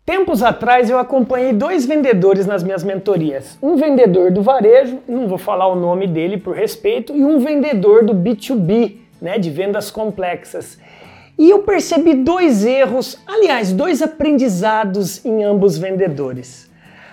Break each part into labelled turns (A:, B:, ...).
A: Tempos atrás eu acompanhei dois vendedores nas minhas mentorias. Um vendedor do varejo, não vou falar o nome dele por respeito, e um vendedor do B2B, de vendas complexas. E eu percebi dois erros, aliás, dois aprendizados em ambos vendedores.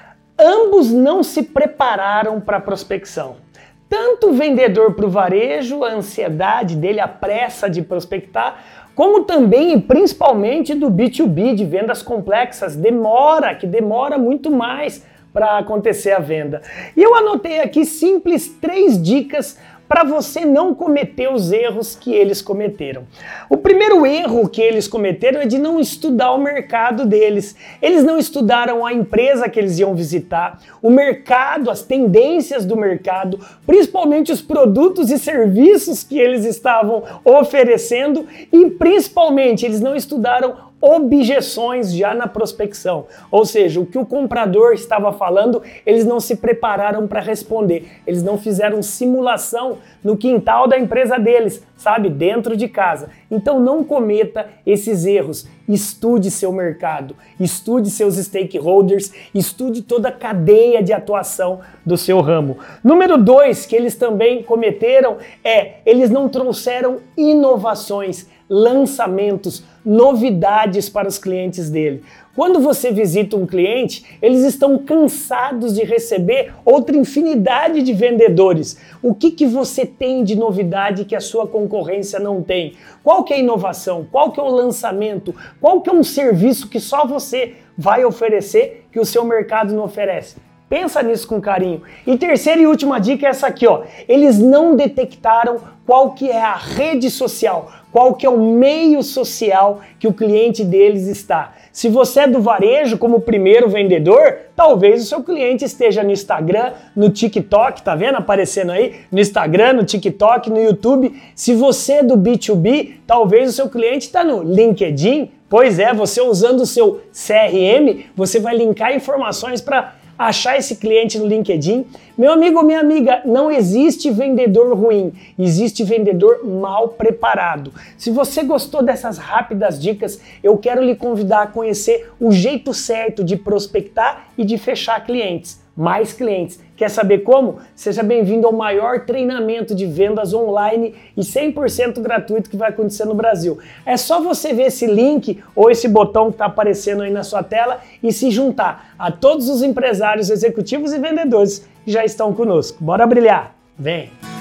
A: Ambos não se prepararam para a prospecção. Tanto o vendedor para o varejo, a ansiedade dele, a pressa de prospectar, como também e principalmente do B2B, de vendas complexas, que demora muito mais para acontecer a venda. E eu anotei aqui simples 3 dicas para você não cometer os erros que eles cometeram. O primeiro erro que eles cometeram é de não estudar o mercado deles. Eles não estudaram a empresa que eles iam visitar, o mercado, as tendências do mercado, principalmente os produtos e serviços que eles estavam oferecendo e principalmente eles não estudaram objeções já na prospecção, ou seja, o que o comprador estava falando, eles não se prepararam para responder, eles não fizeram simulação no quintal da empresa deles, dentro de casa. Então não cometa esses erros, estude seu mercado, estude seus stakeholders, estude toda a cadeia de atuação do seu ramo. Número 2 que eles também cometeram eles não trouxeram inovações, lançamentos, novidades para os clientes dele. Quando você visita um cliente, eles estão cansados de receber outra infinidade de vendedores. O que você tem de novidade que a sua concorrência não tem? Qual que é a inovação? Qual que é o lançamento? Qual que é um serviço que só você vai oferecer que o seu mercado não oferece? Pensa nisso com carinho. E terceira e última dica é essa aqui, Eles não detectaram qual que é a rede social, qual que é o meio social que o cliente deles está. Se você é do varejo como primeiro vendedor, talvez o seu cliente esteja no Instagram, no TikTok, tá vendo aparecendo aí? No Instagram, no TikTok, no YouTube. Se você é do B2B, talvez o seu cliente está no LinkedIn. Pois é, você usando o seu CRM, você vai linkar informações para achar esse cliente no LinkedIn. Meu amigo, minha amiga, não existe vendedor ruim, existe vendedor mal preparado. Se você gostou dessas rápidas dicas, eu quero lhe convidar a conhecer o jeito certo de prospectar e de fechar clientes, mais clientes. Quer saber como? Seja bem-vindo ao maior treinamento de vendas online e 100% gratuito que vai acontecer no Brasil. É só você ver esse link ou esse botão que está aparecendo aí na sua tela e se juntar a todos os empresários, executivos e vendedores que já estão conosco. Bora brilhar! Vem!